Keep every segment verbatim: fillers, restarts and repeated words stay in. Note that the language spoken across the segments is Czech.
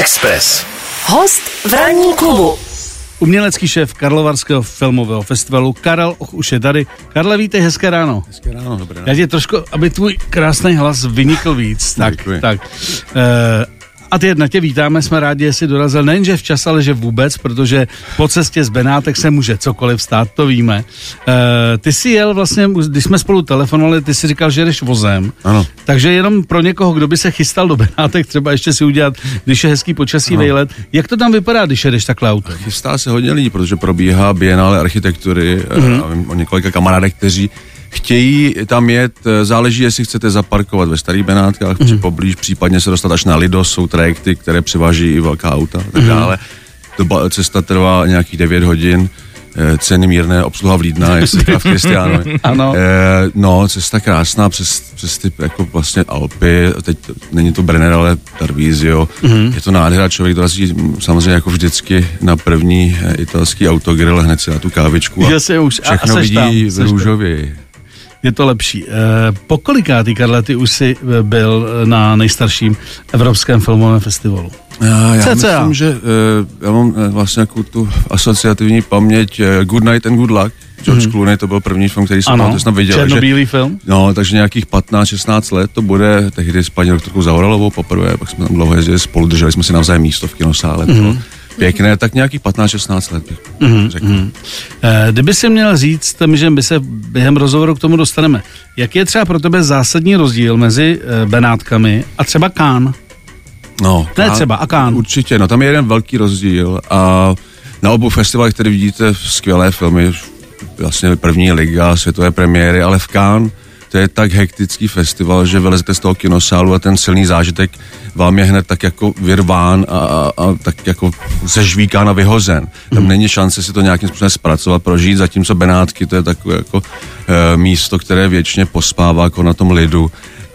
Express. Host v ranní klubu. Umělecký šéf Karlovarského filmového festivalu Karel Och už je tady. Karle, vítej, hezké ráno. Hezké ráno, dobré ráno. Já tě trošku, aby tvůj krásný hlas vynikl víc. Tak, Děkuji. tak. E, a ty na tě vítáme, jsme rádi, že jsi dorazil nejenže včas, ale že vůbec, protože po cestě z Benátek se může cokoliv stát, to víme. E, ty jsi jel vlastně, když jsme spolu telefonovali, ty jsi říkal, že jdeš vozem. Ano. Takže jenom pro někoho, kdo by se chystal do Benátek, třeba ještě si udělat, když je hezký počasí, ano, vejlet. Jak to tam vypadá, když jedeš takhle auto? Chystá se hodně lidí, protože probíhá Biennále architektury mm-hmm. a vím o několika kamarádech, kteří chtějí tam jet, záleží, jestli chcete zaparkovat ve Starých Benátkách, mm-hmm. poblíž, případně se dostat až na Lidos, jsou trajekty, které převáží i velká auta a tak mm-hmm. dále. Doba, cesta trvá nějakých devět hodin, ceny mírné, obsluha vlídná, jak se říká v Kristiánovi. Ano. E, no, cesta krásná přes, přes ty jako vlastně Alpy, teď není to Brenner, ale Tarvisio. Mm-hmm. Je to nádhera, člověk dorazí samozřejmě jako vždycky na první italský autogrill, hned si na tu kávičku a Jasně, už. všechno a vidí v růžově. Je to lepší. E, po kolikátý, Karle, ty už jsi byl na nejstarším Evropském filmovém festivalu? Já, já C C A. myslím, že uh, já mám uh, vlastně jako tu asociativní paměť uh, Good Night and Good Luck. George mm. Clooney, to byl první film, který jsem to snad viděl. Černobílý film? No, takže nějakých patnáct šestnáct let to bude, tehdy s paní doktorkou Zaurelovou poprvé, pak jsme tam dlouho jezdili spolu, drželi jsme si navzájem místo v kinosále. Mm. Pěkné, tak nějakých patnáct šestnáct let bych mm, řekl. Mm. E, kdyby si měl říct, že my se během rozhovoru k tomu dostaneme, jaký je třeba pro tebe zásadní rozdíl mezi e, Benátkami a třeba Cannes? No, ne třeba, a Cannes. Určitě, no tam je jeden velký rozdíl a na obou festivalech, které vidíte skvělé filmy, vlastně první liga, světové premiéry, ale v Cannes to je tak hektický festival, že vylezete z toho kinosálu a ten silný zážitek vám je hned tak jako vyrván a, a, a tak jako zežvíkán a vyhozen. Tam mm. není šance si to nějakým způsobem zpracovat, prožít, zatímco Benátky to je takové jako e, místo, které věčně pospává jako na tom lidu.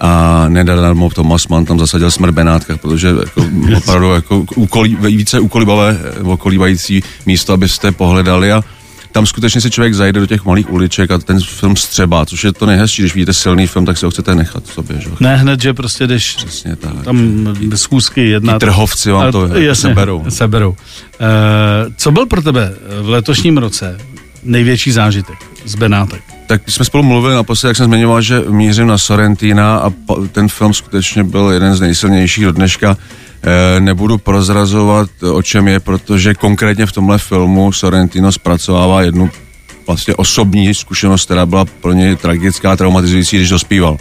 A nedarmo Thomas Mann tam zasadil Smrt v Benátkách, protože jako opravdu jako úkolí, více úkolíbavé, okolívající místo, abyste pohledali a tam skutečně se člověk zajde do těch malých uliček a ten film střebá, což je to nejhezčí, když vidíte silný film, tak si ho chcete nechat sobě, že? Ne hned, že prostě jdeš přesně tak, tam schůzky jednat. I trhovci vám to jasně, seberou. seberou. E, co byl pro tebe v letošním roce největší zážitek z Benátek? Tak jsme spolu mluvili naposledy, jak jsem zmiňoval, že mířím na Sorrentina a ten film skutečně byl jeden z nejsilnějších do dneška. E, nebudu prozrazovat, o čem je, protože konkrétně v tomhle filmu Sorrentino zpracovává jednu vlastně osobní zkušenost, která byla pro něj tragická, traumatizující, když dospíval.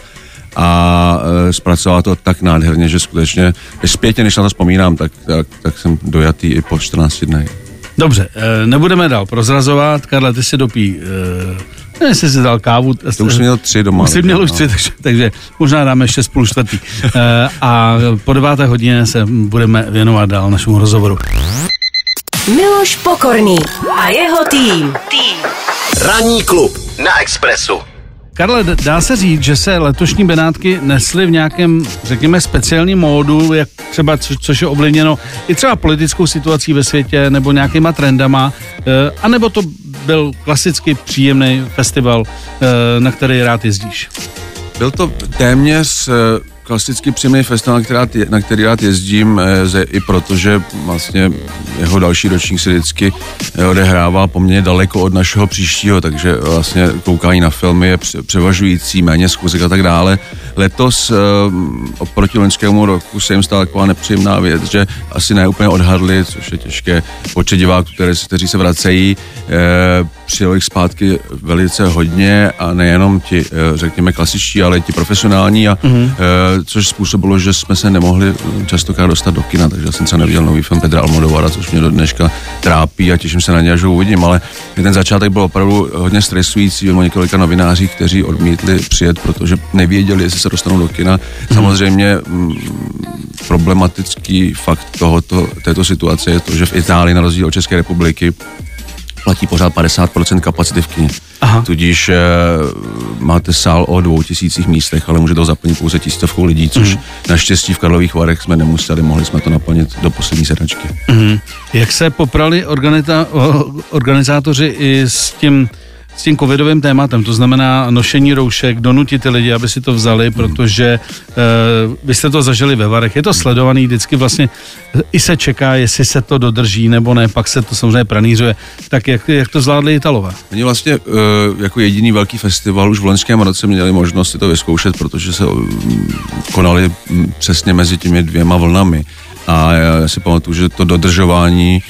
A e, zpracovává to tak nádherně, že skutečně zpětně, než na to vzpomínám, tak, tak, tak jsem dojatý i po čtrnácti dnech. Dobře, e, nebudeme dál prozrazovat. Karle, ty si dopí... E, Ne, jestli jsi dal kávu. To už jsem měl tři doma. Už jsi měl už tři, takže, takže možná dáme ještě spolu čtvrtý. E, a po deváté hodině se budeme věnovat dál našemu rozhovoru. Miloš Pokorný a jeho tým. Tým. Ranní klub na Expressu. Karle, dá se říct, že se letošní Benátky nesly v nějakém, řekněme, speciálním módu, jak třeba, co, což je ovlivněno i třeba politickou situací ve světě, nebo nějakýma trendama, e, anebo to byl klasicky příjemný festival, e, na který rád jezdíš? Byl to téměř klasicky příjemný festival, na který, na který rád jezdím, i protože vlastně jeho další ročník se vždycky odehrává poměrně daleko od našeho příštího, takže vlastně koukání na filmy je převažující, méně schůzek a tak dále. Letos oproti loňskému roku se jim stala taková nepříjemná věc, že asi ne úplně odhadli, což je těžké, počet diváků, které, kteří se vracejí, přijelo jich zpátky velice hodně a nejenom ti, řekněme, klasičtí, ale i ti profesionální, a, mm-hmm. což způsobilo, že jsme se nemohli častokrát dostat do kina, takže já jsem třeba neviděl nový film Pedra Almodovara, což mě do dneška trápí a těším se na ně, až ho uvidím, ale ten začátek byl opravdu hodně stresující, o několika novinářích, kteří odmítli přijet, protože nevěděli, jestli se dostanou do kina. Mm-hmm. Samozřejmě m, problematický fakt tohoto, této situace je to, že v Itálii na rozdíl od České republiky platí pořád padesát procent kapacity v kině. Aha. Tudíž e, máte sál o dvou tisících místech, ale může to zaplnit pouze tisícovkou lidí, což mm. naštěstí v Karlových Varech jsme nemuseli, mohli jsme to naplnit do poslední sedačky. Mm. Jak se poprali organita- organizátoři i s tím s tím covidovým tématem, to znamená nošení roušek, donutit ty lidi, aby si to vzali, protože uh, vy jste to zažili ve Varech, je to sledovaný, vždycky vlastně i se čeká, jestli se to dodrží nebo ne, pak se to samozřejmě pranířuje. Tak jak, jak to zvládli Italové? Oni vlastně uh, jako jediný velký festival už v loňském roce měli možnost si to vyzkoušet, protože se uh, konali přesně mezi těmi dvěma vlnami. A já si pamatuju, že to dodržování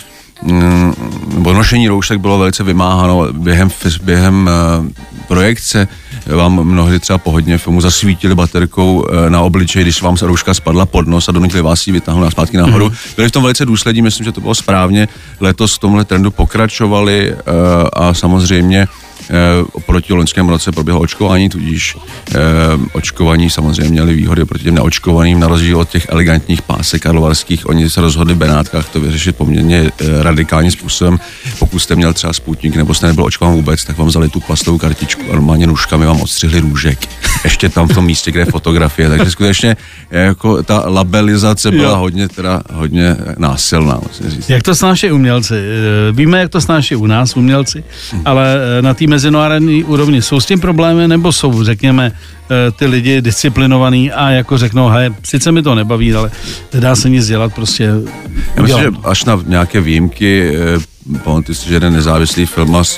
nebo nošení roušek bylo velice vymáháno během, během uh, projekce. Vám mnohdy třeba po hodně filmu zasvítili baterkou uh, na obličej, když vám se rouška spadla pod nos a donutili vás ji vytáhnout a zpátky nahoru. Mm. Byli v tom velice důslední, myslím, že to bylo správně. Letos v tomhle trendu pokračovali uh, a samozřejmě Uh, oproti loňskému roce proběhlo očkování, tudíž uh, očkovaní samozřejmě měli výhody oproti těm neočkovaným, na rozdíl od těch elegantních pásek karlovarských. Oni se rozhodli v Benátkách to vyřešit poměrně uh, radikálním způsobem. Pokud jste měl třeba Sputnik nebo jste nebyl očkován vůbec, tak vám vzali tu plastovou kartičku a normálně nůžkami vám odstřihli růžek. Ještě tam v tom místě, kde je fotografie. Takže skutečně jako ta labelizace byla hodně, teda, hodně násilná, musím říct. Jak to snáší umělci? Víme, jak to snáší u nás umělci, hmm. ale na té mezinárodní úrovni jsou s tím problémy, nebo jsou, řekněme, ty lidi disciplinovaný a jako řeknou, hej, sice mi to nebaví, ale nedá se nic dělat, prostě. Já myslím, že až na nějaké výjimky, pamatuji si, že jeden nezávislý filmař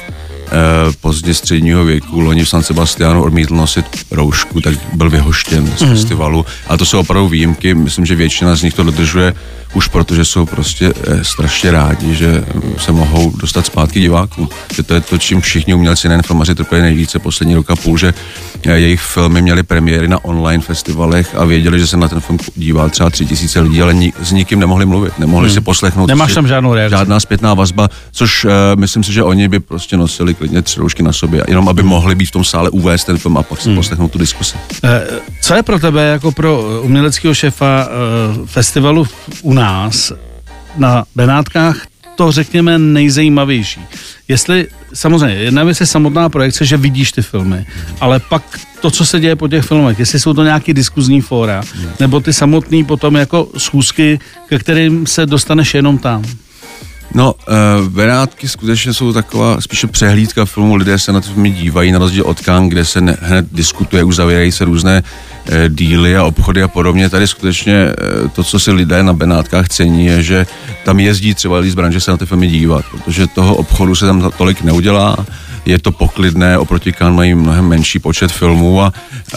pozdě středního věku loni v San Sebastianu odmítl nosit roušku, tak byl vyhoštěn z mm. festivalu. A to jsou opravdu výjimky, myslím, že většina z nich to dodržuje už protože jsou prostě eh, strašně rádi, že se mohou dostat zpátky divákům. Že to je to, čím všichni umělci, nejen filmaři, trpěli nejvíce poslední rok a půl, že eh, jejich filmy měly premiéry na online festivalech a věděli, že se na ten film dívá třeba tři tisíce lidí, ale ni- s nikým nemohli mluvit, nemohli hmm. si poslechnout. Nemáš tam žádnou reakci. Žádná zpětná vazba, což eh, myslím si, že oni by prostě nosili klidně tři roušky na sobě, jenom aby mohli být v tom sále uvést ten film a pak si hmm. poslechnout tu diskusi. Eh, co je pro tebe jako pro uměleckého šéfa eh, festivalu u nás na Benátkách to, řekněme, nejzajímavější? Jestli, samozřejmě, jedna věc je samotná projekce, že vidíš ty filmy, ale pak to, co se děje po těch filmech, jestli jsou to nějaký diskuzní fóra, nebo ty samotný potom jako schůzky, ke kterým se dostaneš jenom tam. No, uh, Benátky skutečně jsou taková spíše přehlídka filmu, lidé se na to filmy dívají, na rozdíl od Cannes, kde se ne, hned diskutuje, uzavírají se různé uh, díly a obchody a podobně. Tady skutečně uh, to, co si lidé na Benátkách cení, je, že tam jezdí třeba lidi z branže se na ty filmy dívat, protože toho obchodu se tam tolik neudělá. Je to poklidné, oproti Cannes mají mnohem menší počet filmů a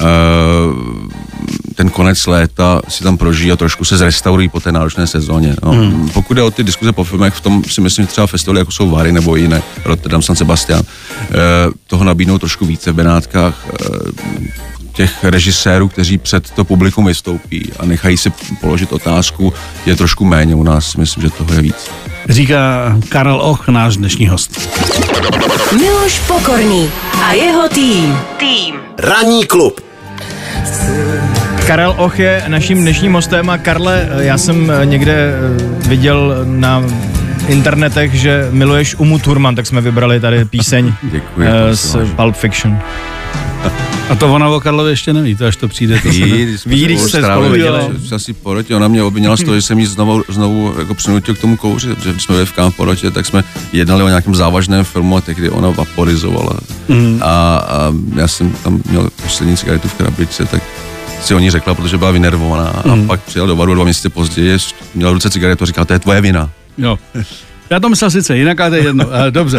uh, ten konec léta si tam prožijí a trošku se zrestaurují po té náročné sezóně. No. Hmm. Pokud jde o ty diskuze po filmech, v tom si myslím, že třeba festivaly, jako jsou Vary nebo jiné, Rotterdam, San Sebastian, uh, toho nabídnou trošku více v Benátkách. Uh, těch režisérů, kteří před to publikum vystoupí a nechají si položit otázku, je trošku méně u nás. Myslím, že toho je víc. Říká Karel Och, náš dnešní host. Miloš Pokorný a jeho tým. Tým. Ranní klub. Karel Och je naším dnešním hostem a Karle, já jsem někde viděl na internetech, že miluješ Umu Thurman, tak jsme vybrali tady píseň Děkuji, z Pulp Fiction. A to ona o Karlovi ještě neví, to až to přijde. To Ví, ví, když se spolu viděli. Asi po rotě, ona mě obvinila z toho, že jsem jí znovu, znovu jako přinutil k tomu kouři, protože když jsme byli v Cannes po rotě, tak jsme jednali o nějakém závažném filmu a tehdy ona vaporizovala. Mm. A, a já jsem tam měl poslední cigaretu v krabičce, tak si o ní řekla, protože byla vynervovaná. Mm. A pak přijel do baru dva měsíce později, měla v ruce cigaretu a říkala, to je tvoje vina. Jo. Já to myslel sice jinak, ale to je jedno. Dobře.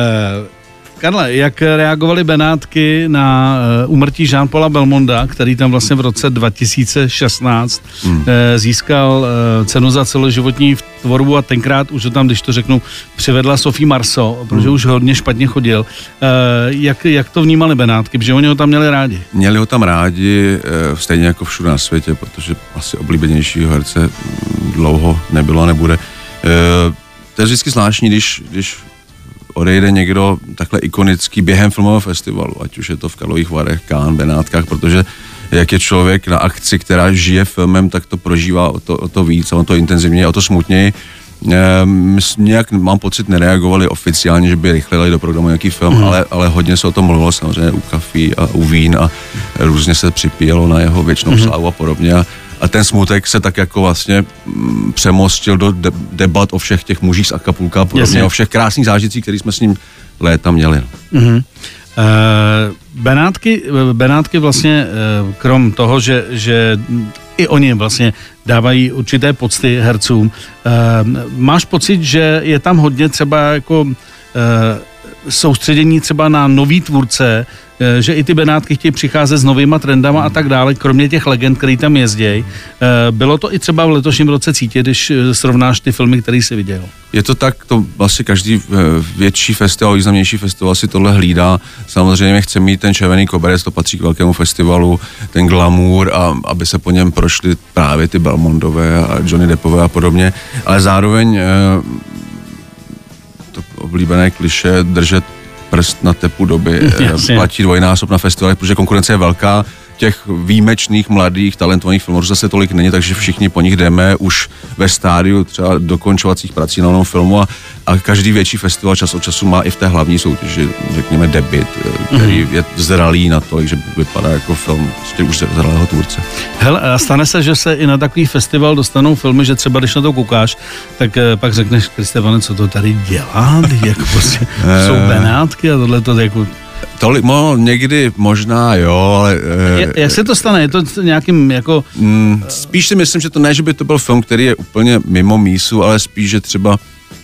Karle, jak reagovali Benátky na uh, úmrtí Jean-Paula Belmonda, který tam vlastně v roce dva tisíce šestnáct hmm. uh, získal uh, cenu za celoživotní tvorbu a tenkrát už ho tam, když to řeknu, přivedla Sophie Marceau, protože hmm. už hodně špatně chodil. Uh, jak, jak to vnímali Benátky, protože oni ho tam měli rádi? Měli ho tam rádi, uh, stejně jako všude na světě, protože asi oblíbenějšího herce dlouho nebylo a nebude. Uh, to je vždycky zvláštní, když, když odejde někdo takhle ikonický během filmového festivalu, ať už je to v Karlových Varech, Cannes, Benátkách, protože jak je člověk na akci, která žije filmem, tak to prožívá o to, o to víc, o to intenzivněji, o to smutněji. Ehm, nějak mám pocit, nereagovali oficiálně, že by rychle dali do programu nějaký film, mm. ale, ale hodně se o tom mluvilo samozřejmě u kafí a u vín a různě se připíjelo na jeho věčnou mm. slávu a podobně. A, a ten smutek se tak jako vlastně m, přemostil do de- debat o všech těch mužích z Acapulca a podobně, o všech krásných zážitcích, které jsme s ním léta měli. Mm-hmm. Benátky, Benátky vlastně, krom toho, že, že i oni vlastně dávají určité pocty hercům, máš pocit, že je tam hodně třeba jako soustředění třeba na nový tvůrce, že i ty Benátky chtějí přicházet s novýma trendama a tak dále, kromě těch legend, který tam jezdějí. Bylo to i třeba v letošním roce cítit, když srovnáš ty filmy, který jsi viděl? Je to tak, to vlastně každý větší festival, významnější festival si tohle hlídá. Samozřejmě chce mít ten červený koberec, to patří k velkému festivalu, ten glamour, a aby se po něm prošly právě ty Belmondové a Johnny Deppové a podobně, ale zároveň to oblíbené klišé držet prst na tepu doby Jasně. platí dvojnásob na festivalech, protože konkurence je velká, těch výjimečných, mladých, talentovaných filmů zase tolik není, takže všichni po nich jdeme už ve stádiu třeba dokončovacích prací na novém filmu a, a každý větší festival čas od času má i v té hlavní soutěži, řekněme, debut, který mm. je zralý na to, že vypadá jako film prostě už zralého tvůrce. Hele, a stane se, že se i na takový festival dostanou filmy, že třeba když na to koukáš, tak eh, pak řekneš, Kristefane, co to tady dělá? Jako prostě jsou Benátky a tohle to jako... Tolik, no, někdy možná, jo, ale... E, jak se to stane? Je to nějakým jako... Mm, spíš si myslím, že to ne, že by to byl film, který je úplně mimo mísu, ale spíš, že třeba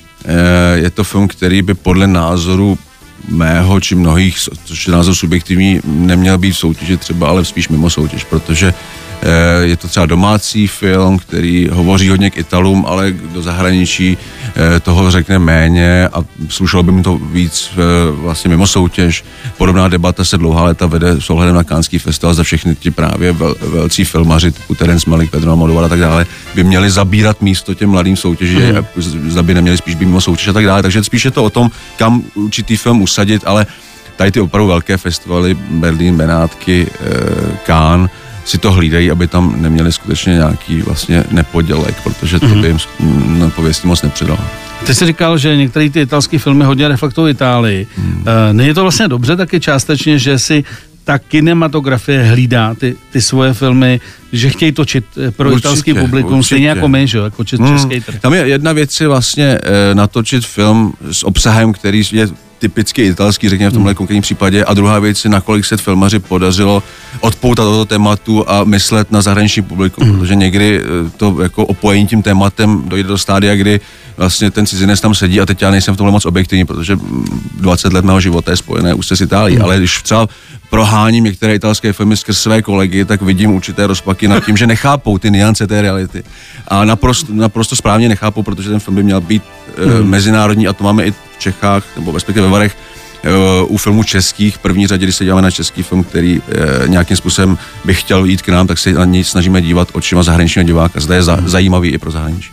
e, je to film, který by podle názoru mého či mnohých, což je názor subjektivní, neměl být v soutěži třeba, ale spíš mimo soutěž, protože e, je to třeba domácí film, který hovoří hodně k Italům, ale do zahraničí e, toho řekne méně a slušelo by mu to víc e, vlastně mimo soutěž. Podobná debata se dlouhá léta vede s ohledem na Canneský festival, za všechny ti právě vel, velcí filmaři, typu Terence Malick, Pedro Almodovar a tak dále, by měli zabírat místo těm mladým soutěži, mm. a zda by neměli spíš být mimo soutěž a tak dále. Takže spíš je to o tom, kam určitý film usadit, ale tady ty opravdu velké festivaly, Berlín, Benátky, e, Cannes, si to hlídají, aby tam neměli skutečně nějaký vlastně nepodělek, protože to by jim na pověstí moc nepřidalo. Ty jsi říkal, že některé ty italské filmy hodně reflektují Itálii. Hmm. E, není to vlastně dobře taky částečně, že si ta kinematografie hlídá ty, ty svoje filmy, že chtějí točit pro určitě, italský publikum, určitě. Stejně jako my, že? Jako čes, hmm. český trh. Tam je jedna věc je vlastně e, natočit film s obsahem, který je typicky italský, řekněme v tomhle hmm. konkrétním případě, a druhá věc je, nakolik se filmaři podařilo odpoutat toto tématu a myslet na zahraniční publikum, hmm. protože někdy to jako opojení tím tématem dojde do stádia, kdy vlastně ten cizinec tam sedí a teď já nejsem v tomhle moc objektivní, protože dvacet let mého života je spojené už se s Itálií, hmm. ale když třeba proháním některé italské filmy skrz své kolegy, tak vidím určité rozpaky nad tím, že nechápou ty nuance té reality. A naprosto, naprosto správně nechápou, protože ten film by měl být hmm. e, mezinárodní, a to máme i v Čechách, nebo respektive ve Varech, e, u filmů českých. V první řadě, když se díváme na český film, který e, nějakým způsobem by chtěl jít k nám, tak se na něj snažíme dívat očima zahraničního diváka. Zde je za, zajímavý i pro zahraničí.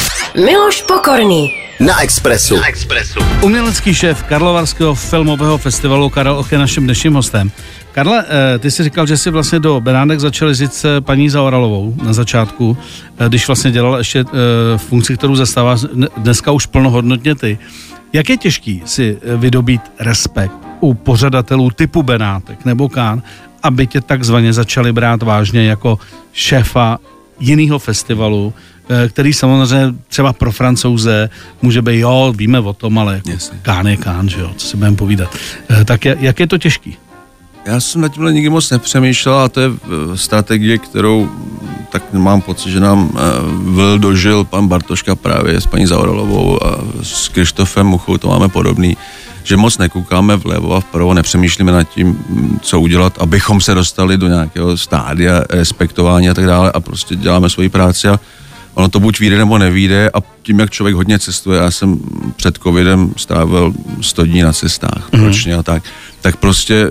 Miloš Pokorný na Expressu. Na Expressu. Umělecký šéf Karlovarského filmového festivalu Karel Och je naším dnešním hostem. Karle, ty jsi říkal, že jsi vlastně do Benátek začal jezdit s paní Zaoralovou na začátku, když vlastně dělal ještě funkci, kterou zastává dneska už plnohodnotně ty. Jak je těžký si vydobít respekt u pořadatelů typu Benátek nebo Cannes, aby tě takzvaně začali brát vážně jako šéfa jiného festivalu, který samozřejmě třeba pro Francouze může být, jo, víme o tom, ale jako Cannes je Cannes, že jo, co si budeme povídat. Tak jak je to těžký? Já jsem na tímhle nikdy moc nepřemýšlel a to je strategie, kterou tak mám pocit, že nám vl dožil pan Bartoška právě s paní Zaoralovou a s Krištofem Muchou, to máme podobný, že moc nekoukáme vlevo a vpravo, nepřemýšlíme nad tím, co udělat, abychom se dostali do nějakého stádia respektování a tak dále, a prostě děláme svoji práci a ono to buď vyjde nebo nevyjde, a tím, jak člověk hodně cestuje, já jsem před covidem strávil sto dní na cestách mm-hmm. ročně a tak, tak prostě e,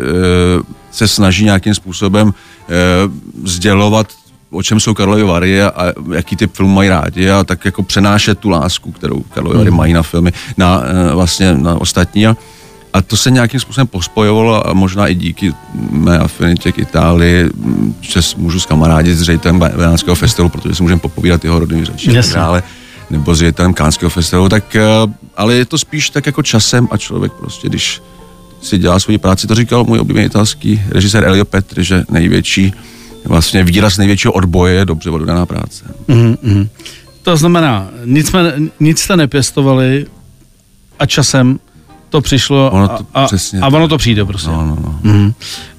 se snaží nějakým způsobem e, sdělovat, o čem jsou Karlovy Vary a, a jaký typ filmů mají rádi, a tak jako přenášet tu lásku, kterou Karlovy Vary mm-hmm. mají na filmy, na e, vlastně na ostatní. A, a to se nějakým způsobem pospojovalo a možná i díky mé afinitě k Itálii, že můžu skamarádit s ředitelem Benátského festivalu, protože si můžeme popovídat jeho rodinný řeči a tak dále, nebo s ředitelem Canneského festivalu, tak, ale je to spíš tak jako časem a člověk prostě, když si dělá svoji práci, to říkal můj oblíbený italský režisér Elio Petri, že největší, vlastně výraz největšího odboje je dobře odvedená práce. Mm-hmm. To znamená, nic, jsme, nic jste nepěstovali a časem to přišlo ono to, a, přesně, a ono to přijde prostě. No, no, no. Mm.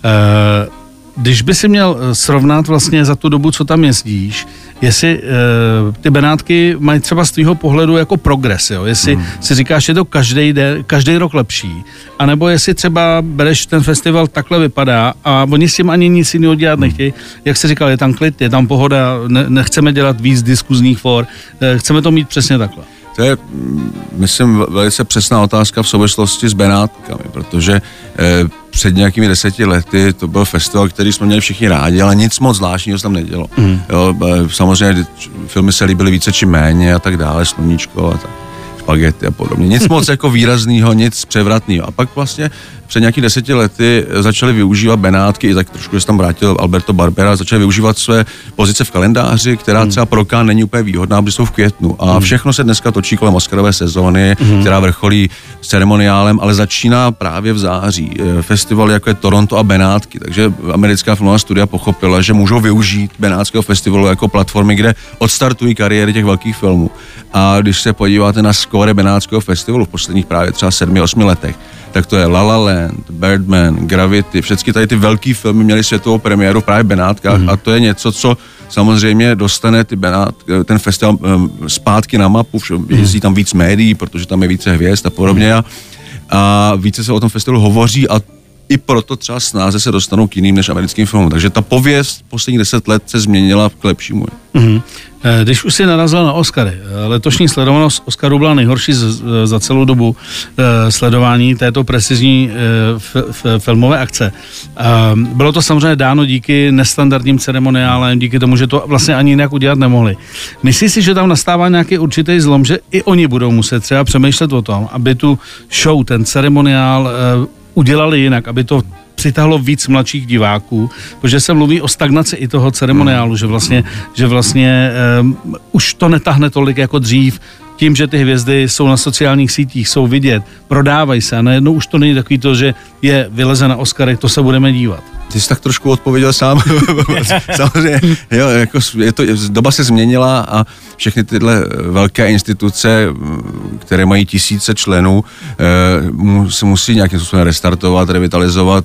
E, když by si měl srovnat vlastně za tu dobu, co tam jezdíš, jestli e, ty Benátky mají třeba z tvýho pohledu jako progres, jo? Jestli hmm. si říkáš, že to každý den, každý rok lepší, anebo jestli třeba bereš ten festival takhle vypadá a oni s tím ani nic jiného dělat nechtějí. Jak jsi říkal, je tam klid, je tam pohoda, ne, nechceme dělat víc diskuzních for, e, chceme to mít přesně takhle. To je, myslím, velice přesná otázka v souvislosti s Benátkami, protože eh, před nějakými deseti lety to byl festival, který jsme měli všichni rádi, ale nic moc zvláštního se tam nedělo. Mm. Jo, samozřejmě filmy se líbily více či méně a tak dále, Sluníčko a tak, špagety a podobně. Nic moc jako výrazného, nic převratného. A pak vlastně před nějakými deseti lety začali využívat Benátky, i tak trošku se tam vrátil Alberto Barbera, začali využívat své pozice v kalendáři, která třeba pro Cannes není úplně výhodná, protože jsou v květnu. A všechno se dneska točí kolem Oscarové sezóny, mm. která vrcholí s ceremoniálem, ale začíná právě v září. Festival jako je Toronto a Benátky, takže americká filmová studia pochopila, že můžou využít Benátského festivalu jako platformy, kde odstartují kariéry těch velkých filmů. A když se podíváte na skóre Benátského festivalu v posledních právě třeba sedmi, osmi letech, tak to je La La Land, Birdman, Gravity, všechny tady ty velký filmy měly světovou premiéru právě v Benátkách mm. a to je něco, co samozřejmě dostane ty Benát, ten festival um, zpátky na mapu, jezdí tam víc médií, protože tam je více hvězd a podobně a, a více se o tom festivalu hovoří a i proto třeba snáze se dostanou k jiným než americkým filmům. Takže ta pověst posledních deset let se změnila k lepšímu. Mm-hmm. Když už si narazil na Oscary, letošní sledovanost Oscarů byla nejhorší z, za celou dobu eh, sledování této precizní eh, f, f, filmové akce. Eh, bylo to samozřejmě dáno díky nestandardním ceremoniálem, díky tomu, že to vlastně ani jinak udělat nemohli. Myslíš si, že tam nastává nějaký určitý zlom, že i oni budou muset třeba přemýšlet o tom, aby tu show, ten ceremoniál eh, udělali jinak, aby to přitáhlo víc mladších diváků, protože se mluví o stagnaci i toho ceremoniálu, že vlastně, že vlastně um, už to netahne tolik jako dřív, tím, že ty hvězdy jsou na sociálních sítích, jsou vidět, prodávají se a najednou už to není takový to, že je vyleze na Oscarech, to se budeme dívat. Ty jsi tak trošku odpověděl sám. Samozřejmě, jo, jako je to, doba se změnila a všechny tyhle velké instituce, které mají tisíce členů, eh, se musí nějakým způsobem restartovat, revitalizovat.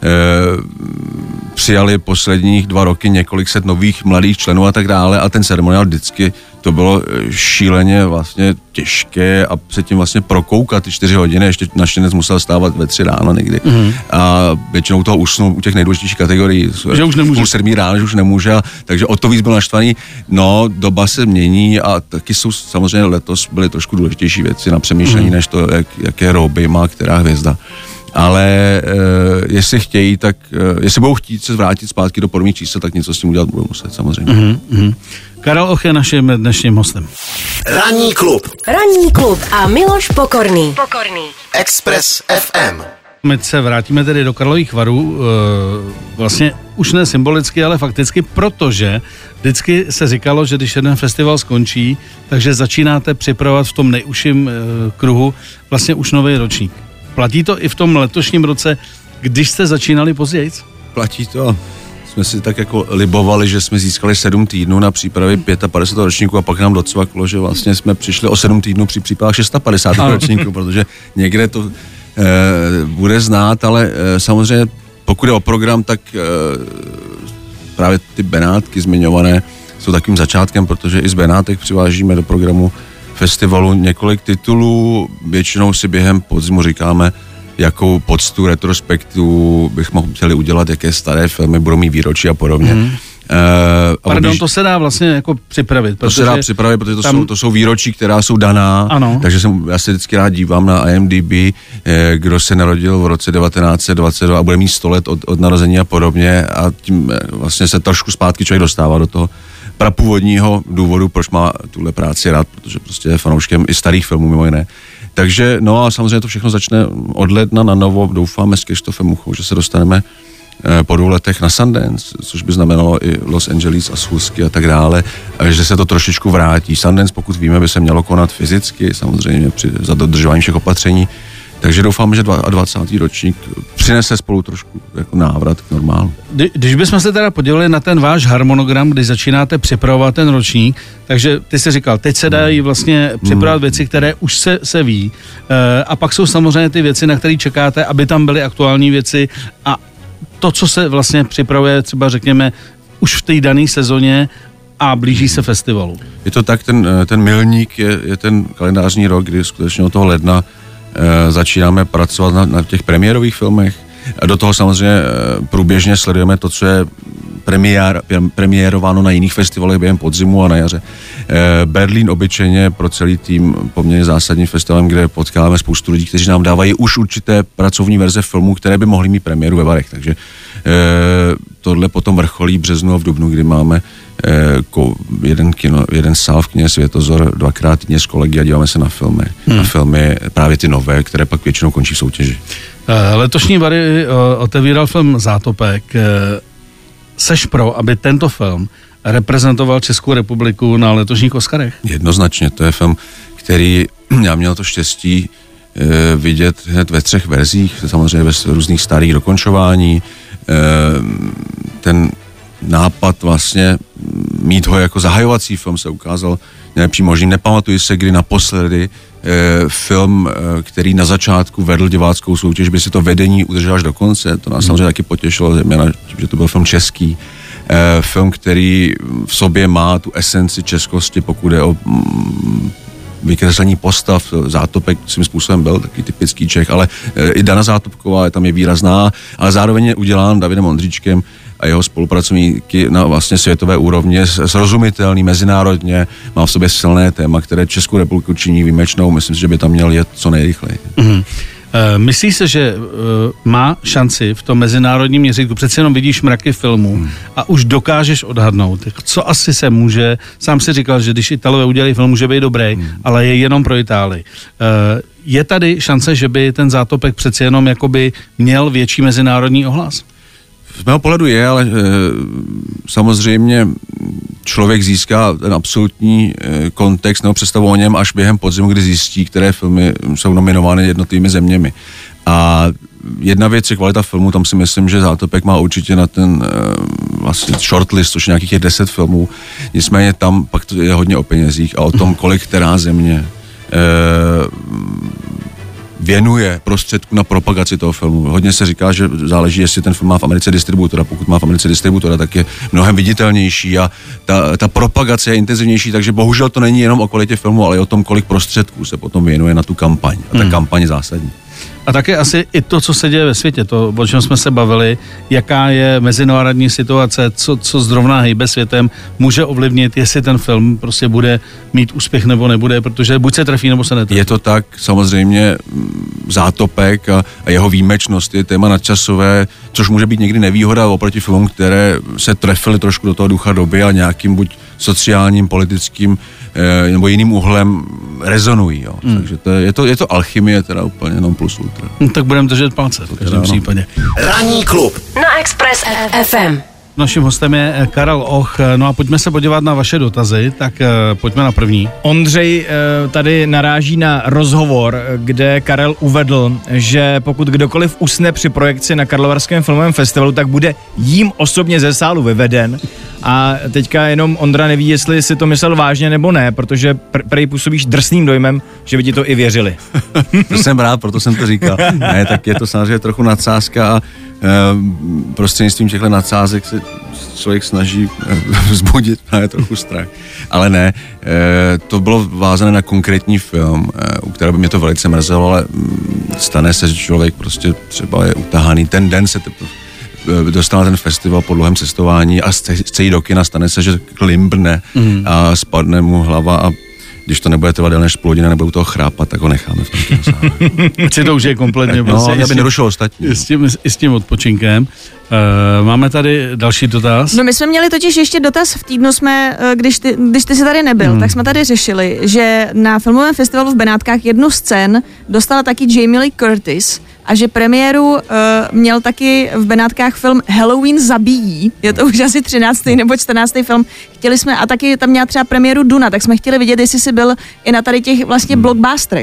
Eh, přijali posledních dva roky několik set nových mladých členů a tak dále a ten ceremoniál vždycky to bylo šíleně vlastně těžké a se tím vlastně prokoukat ty čtyři hodiny, ještě naštěnec musel stávat ve tři ráno někdy. Mm-hmm. A většinou toho usnul u těch nejdůležitějších kategorií. Že už nemůže. Půl sedmý ráno, že už nemůže, takže o to víc byl naštvaný. No, doba se mění a taky jsou samozřejmě letos byly trošku důležitější věci na přemýšlení, mm-hmm. než to, jak, jaké roby má která hvězda. Ale e, jestli chtějí, tak e, jestli budou chtít se vrátit zpátky do podobných čísel, tak něco s tím udělat budou muset, samozřejmě. Mm-hmm. Karel Och je naším dnešním hostem. Ranní klub. Ranní klub a Miloš Pokorný. Pokorný. Express ef em. My se vrátíme tedy do Karlových Varů, e, vlastně už ne symbolicky, ale fakticky, protože vždycky se říkalo, že když jeden festival skončí, takže začínáte připravovat v tom nejužším e, kruhu vlastně už nový ročník. Platí to i v tom letošním roce, když jste začínali později? Platí to. Jsme si tak jako libovali, že jsme získali sedm týdnů na přípravě padesátého pátého ročníku a pak nám docvaklo, že vlastně jsme přišli o sedm týdnů při přípravách padesátého šestého ročníku, protože někde to e, bude znát, ale e, samozřejmě pokud je o program, tak e, právě ty Benátky zmiňované jsou takovým začátkem, protože i z Benátek přivážíme do programu festivalu několik titulů, většinou si během podzimu říkáme, jakou poctu retrospektu bychom chtěli udělat, jaké staré filmy budou mít výročí a podobně. Mm. Uh, Pardon, když, to se dá vlastně jako připravit. To se dá připravit, protože to, tam... jsou, to jsou výročí, která jsou daná, ano. Takže jsem, já se vždycky rád dívám na I M D B, eh, kdo se narodil v roce devatenáct set dvacet dva a bude mít sto let od, od narození a podobně a tím eh, vlastně se trošku zpátky člověk dostává do toho prapůvodního důvodu, proč má tuhle práci rád, protože prostě je fanouškem i starých filmů mimo jiné. Takže no a samozřejmě to všechno začne od ledna na novo, doufáme s Krištofem Muchou, že se dostaneme eh, po dvou letech na Sundance, což by znamenalo i Los Angeles a schůzky a tak dále, a že se to trošičku vrátí. Sundance, pokud víme, by se mělo konat fyzicky, samozřejmě při, za dodržování všech opatření, Takže doufám, že dvacátý ročník přinese spolu trošku jako návrat k normálu. Kdy, když bychom se teda podívali na ten váš harmonogram, kdy začínáte připravovat ten ročník, takže ty jsi říkal, teď se dají vlastně připravovat věci, které už se, se ví, e, a pak jsou samozřejmě ty věci, na které čekáte, aby tam byly aktuální věci a to, co se vlastně připravuje třeba řekněme už v té dané sezóně a blíží se festivalu. Je to tak, ten, ten milník je, je ten kalendářní rok, kdy skutečně od toho ledna e, začínáme pracovat na, na těch premiérových filmech a do toho samozřejmě e, průběžně sledujeme to, co je premiér, premiérováno na jiných festivalech během podzimu a na jaře. E, Berlín obyčejně pro celý tým poměrně zásadním festivalem, kde potkáváme spoustu lidí, kteří nám dávají už určité pracovní verze filmů, které by mohly mít premiéru ve Varech. Takže e, tohle potom vrcholí březnu a v dubnu, kdy máme e, ko, jeden, kino, jeden sál v knize Světozor dvakrát týdně s kolegy a díváme se na filmy. Hmm. Na filmy právě ty nové, které pak většinou končí v soutěži. E, letošní Vary otevíral film Zátopek. E, Seš pro, aby tento film reprezentoval Českou republiku na letošních Oscarech? Jednoznačně, to je film, který já měl to štěstí e, vidět hned ve třech verzích, samozřejmě ve různých starých dokončování. E, ten nápad vlastně mít ho jako zahajovací film se ukázal nejlepší možný. Nepamatuji se, kdy naposledy e, film, e, který na začátku vedl diváckou soutěž, by si to vedení udržel až do konce. To nás hmm. samozřejmě taky potěšilo, zejména, že to byl film český. E, film, který v sobě má tu esenci českosti, pokud je o mm, vykreslení postav. Zátopek svým způsobem byl taky typický Čech, ale e, i Dana Zátopková je tam je výrazná, ale zároveň je udělán Davidem Ondříčkem a jeho spolupracovníky na vlastně světové úrovni, srozumitelný mezinárodně, má v sobě silné téma, které Českou republiku činí výjimečnou. Myslím si, že by tam měl jet co nejrychleji. Mm-hmm. E, myslíš se, že e, má šanci v tom mezinárodním měřítku? Přece jenom vidíš mraky filmů mm. a už dokážeš odhadnout, co asi se může. Sám si říkal, že když Italové udělají film, může být dobrý, mm. ale je jenom pro Itálii. E, je tady šance, že by ten Zátopek přece jenom jakoby měl větší mezinárodní ohlas? Z mého pohledu je, ale e, samozřejmě člověk získá ten absolutní e, kontext nebo představu o něm až během podzimu, kdy zjistí, které filmy jsou nominovány jednotlivými zeměmi. A jedna věc je kvalita filmu, tam si myslím, že Zátopek má určitě na ten e, vlastně shortlist, což nějakých je deset filmů. Nicméně tam pak to je hodně o penězích a o tom, kolik která země e, věnuje prostředku na propagaci toho filmu. Hodně se říká, že záleží, jestli ten film má v Americe distributora. Pokud má v Americe distributora, tak je mnohem viditelnější a ta, ta propagace je intenzivnější, takže bohužel to není jenom o kvalitě filmu, ale i o tom, kolik prostředků se potom věnuje na tu kampaň. A ta hmm. kampaň je zásadní. A také asi i to, co se děje ve světě, to, o čem jsme se bavili, jaká je mezinárodní situace, co, co zrovna hejbe světem, může ovlivnit, jestli ten film prostě bude mít úspěch nebo nebude, protože buď se trefí, nebo se netrefí. Je to tak, samozřejmě Zátopek a, a jeho výjimečnost je téma nadčasové, což může být někdy nevýhoda oproti filmům, které se trefily trošku do toho ducha doby a nějakým buď sociálním, politickým eh, nebo jiným úhlem rezonují. Jo. Hmm. Takže to je, je, to, je to alchymie teda úplně non plus ultra. No, tak budeme držet palce v každém případě. Ranní klub na Express ef em. Naším hostem je Karel Och, no a pojďme se podívat na vaše dotazy, tak uh, pojďme na první. Ondřej uh, tady naráží na rozhovor, kde Karel uvedl, že pokud kdokoliv usne při projekci na Karlovarském filmovém festivalu, tak bude jím osobně ze sálu vyveden. A teďka jenom Ondra neví, jestli si to myslel vážně nebo ne, protože pr- prej působíš drsným dojmem, že by ti to i věřili. To jsem rád, proto jsem to říkal. Ne, tak je to samozřejmě trochu nadsázka a e, prostřednictvím těchto nadsázek se člověk snaží vzbudit právě trochu strach. Ale ne, e, to bylo vázané na konkrétní film, e, u kterého by mě to velice mrzelo, ale stane se, že člověk prostě třeba je utahaný, ten den se teprve dostal na ten festival po dlouhém cestování a chce jít do kina, stane se, že klimbne mm. a spadne mu hlava a když to nebude trvat déle než půl hodiny, nebude u toho chrápat, tak ho necháme v tom kinosále. Či to už je kompletně no, prostě, aby nerušil ostatní. I s tím, i s tím odpočinkem. Uh, máme tady další dotaz. No my jsme měli totiž ještě dotaz v týdnu, jsme, když ty, když ty jsi tady nebyl, hmm. tak jsme tady řešili, že na filmovém festivalu v Benátkách jednu z cen dostala taky Jamie Lee Curtis a že premiéru uh, měl taky v Benátkách film Halloween zabíjí. Je to už asi třináctý nebo čtrnáctý film. Chtěli jsme, a taky tam měla třeba premiéru Duna, tak jsme chtěli vidět, jestli jsi byl i na tady těch vlastně hmm. blockbusterech.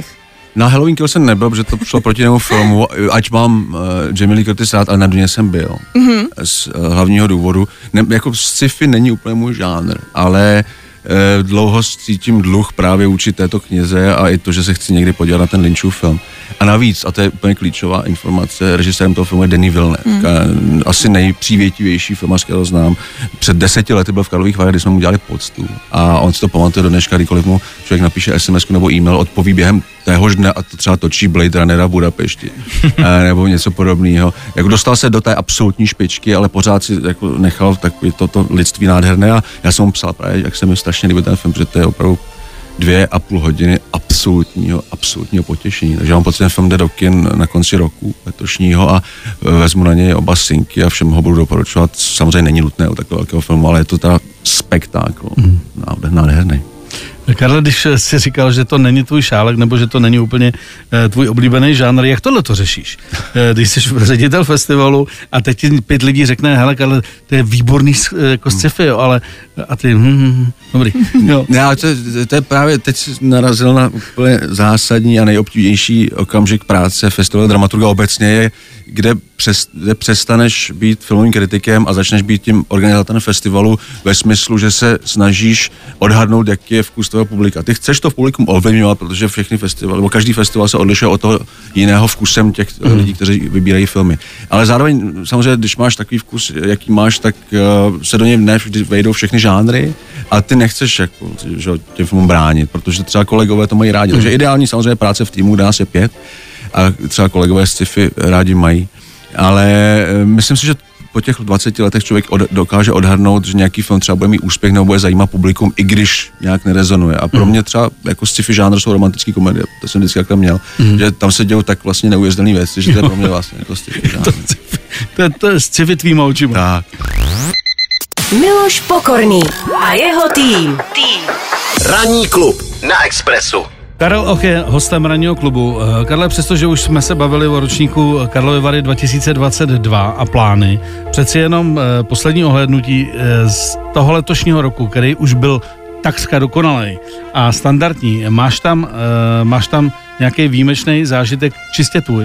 Na Halloween Kill jsem nebyl, protože to šlo proti němu filmu, ať mám uh, Jamie Lee Curtis rád, ale na Duně jsem byl. Mm-hmm. Z uh, hlavního důvodu. Ne, jako sci-fi není úplně můj žánr, ale uh, dlouho cítím dluh právě vůči této knize a i to, že se chci někdy podívat na ten Lynchův film. A navíc, a to je úplně klíčová informace, režisérem toho filmu je Denis Villeneuve. Mm. Asi nejpřívětivější filmař, kterého znám. Před deseti lety byl v Karlových Varech, kdy jsme mu dělali poctu. A on si to pamatuje do dneška, kdykoliv mu člověk napíše es em es nebo e-mail, odpoví během téhož dne a to třeba točí Blade Runnera v Budapešti. Nebo něco podobného. Jako dostal se do té absolutní špičky, ale pořád si jako nechal takový toto lidství nádherné a já jsem mu psal právě, jak se mi strašně líbil ten film, protože to je opravdu dvě a půl hodiny absolutního, absolutního potěšení. Takže mám pocit, ten film jde do kin na konci roku letošního a vezmu na něj oba synky a všem ho budu doporučovat. Samozřejmě není nutné u takového velkého filmu, ale je to teda spektákl. Mm. Nádherný. Karle, když jsi říkal, že to není tvůj šálek, nebo že to není úplně uh, tvůj oblíbený žánr, jak tohle to řešíš? Uh, když jsi ředitel festivalu a teď ti pět lidí řekne, hele Karle, to je výborný uh, jako sci-fi, jo, ale a ty, hm, hm, dobrý. Jo. Ne, ale to, to je právě, teď jsi narazil na úplně zásadní a nejobtížnější okamžik práce festivalu dramaturga obecně je, kde, přes, kde přestaneš být filmovým kritikem a začneš být tím organizátorem festivalu ve smyslu, že se snažíš odhadnout, jaký je vkus toho publika. Ty chceš to v publikum ovlivňovat, protože všechny festivaly, nebo každý festival se odlišuje od toho jiného vkusem těch mm. lidí, kteří vybírají filmy. Ale zároveň samozřejmě, když máš takový vkus, jaký máš, tak uh, se do něj ne vždy vejdou všechny žánry a ty nechceš jako, že, těm filmům bránit, protože třeba kolegové to mají rádi. Mm. Takže ideální samozřejmě práce v týmu, dá se pět a třeba kolegové z sci-fi rádi mají. Ale myslím si, že po těch dvaceti letech člověk od, dokáže odhadnout, že nějaký film třeba bude mít úspěch nebo bude zajímat publikum, i když nějak nerezonuje. A pro mm. mě třeba jako sci-fi žánr jsou romantické komedie, to jsem vždycky takhle měl, mm. že tam se dějou tak vlastně neujezdělný věci, že to je pro mě vlastně jako sci-fi žánr. to, to, to je sci-fi tvýma očima. Tak. Miloš Pokorný a jeho tým. tým. Ranní klub na Expressu. Karel Och je hostem Ranního klubu. Karle, přestože už jsme se bavili o ročníku Karlovy Vary dva tisíce dvacet dva a plány, přeci jenom poslední ohlédnutí z toho letošního roku, který už byl takřka dokonalej a standardní. Máš tam, máš tam nějaký výjimečný zážitek čistě tvůj?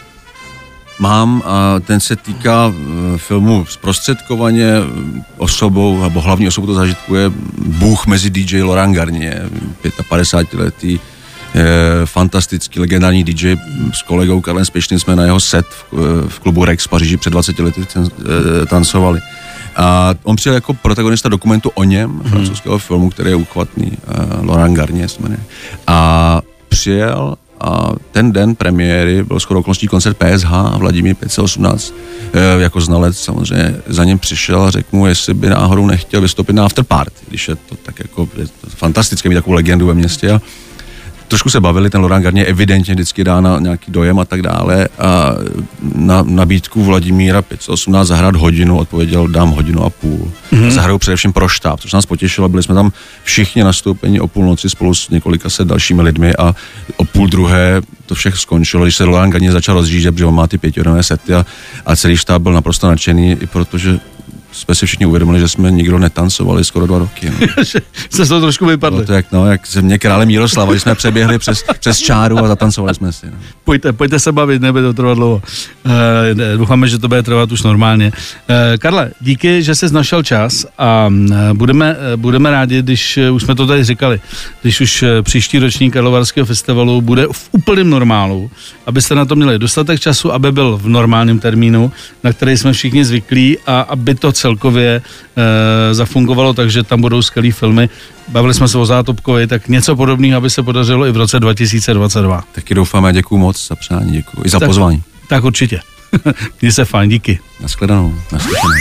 Mám a ten se týká filmu zprostředkovaně osobou, nebo hlavní osobou to zažitkuje bůh mezi dý džej Laurent Garnier, pětapadesátiletý fantastický legendární dý džej. S kolegou Karlem Spěšným jsme na jeho set v, v klubu Rex v Paříži před dvaceti lety tancovali. A on přijel jako protagonista dokumentu o něm, hmm. francouzského filmu, který je uchvatný, Laurent Garnier se jmenuje. A přijel a ten den premiéry byl shodou okolností koncert P S H Vladimír pět set osmnáct. E, jako znalec samozřejmě za ním přišel a řekl mu, jestli by náhodou nechtěl vystoupit na afterparty, když je to tak jako je to fantastické mít takovou legendu ve městě. A trošku se bavili, ten Laurent Garnier evidentně vždycky dá na nějaký dojem a tak dále a na nabídku Vladimíra pět set osmnáct zahrát hodinu odpověděl, dám hodinu a půl. Mm-hmm. Zahrajou především pro štáb, což nás potěšilo, byli jsme tam všichni nastoupeni o půlnoci spolu s několika set dalšími lidmi a o půl druhé to všechno skončilo, když se Laurent Garnier začal rozjíždět, protože on má ty pětihodinové sety a, a celý štáb byl naprosto nadšený, i protože jsme si všichni uvědomili, že jsme nikdo netancovali skoro dva roky. No. Že se to trošku vypadli. To jak, no, jak země krále Míroslava, že jsme přeběhli přes, přes čáru a zatancovali jsme si. No. Pojďte, pojďte se bavit, nebude to trvat dlouho. E, doufáme, že to bude trvat už normálně. E, Karle, díky, že jsi našel čas a budeme, budeme rádi, když už jsme to tady říkali, když už příští ročník Karlovarského festivalu bude v úplném normálu, abyste na to měli dostatek času, aby byl v normálním termínu, na který jsme všichni zvyklí a aby to celkově e, zafungovalo, takže tam budou skvělý filmy. Bavili jsme se o Zátopkovi, tak něco podobného, aby se podařilo i v roce dva tisíce dvacet dva. Taky doufáme a děkuju moc za přání, děkuju. I za tak, pozvání. Tak určitě. Mně se fajn, díky. Naschledanou. Naslyšenou.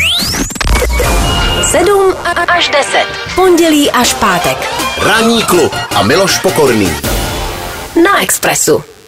sedm až deset. Pondělí až pátek. Ranní klub a Miloš Pokorný. Na Expressu.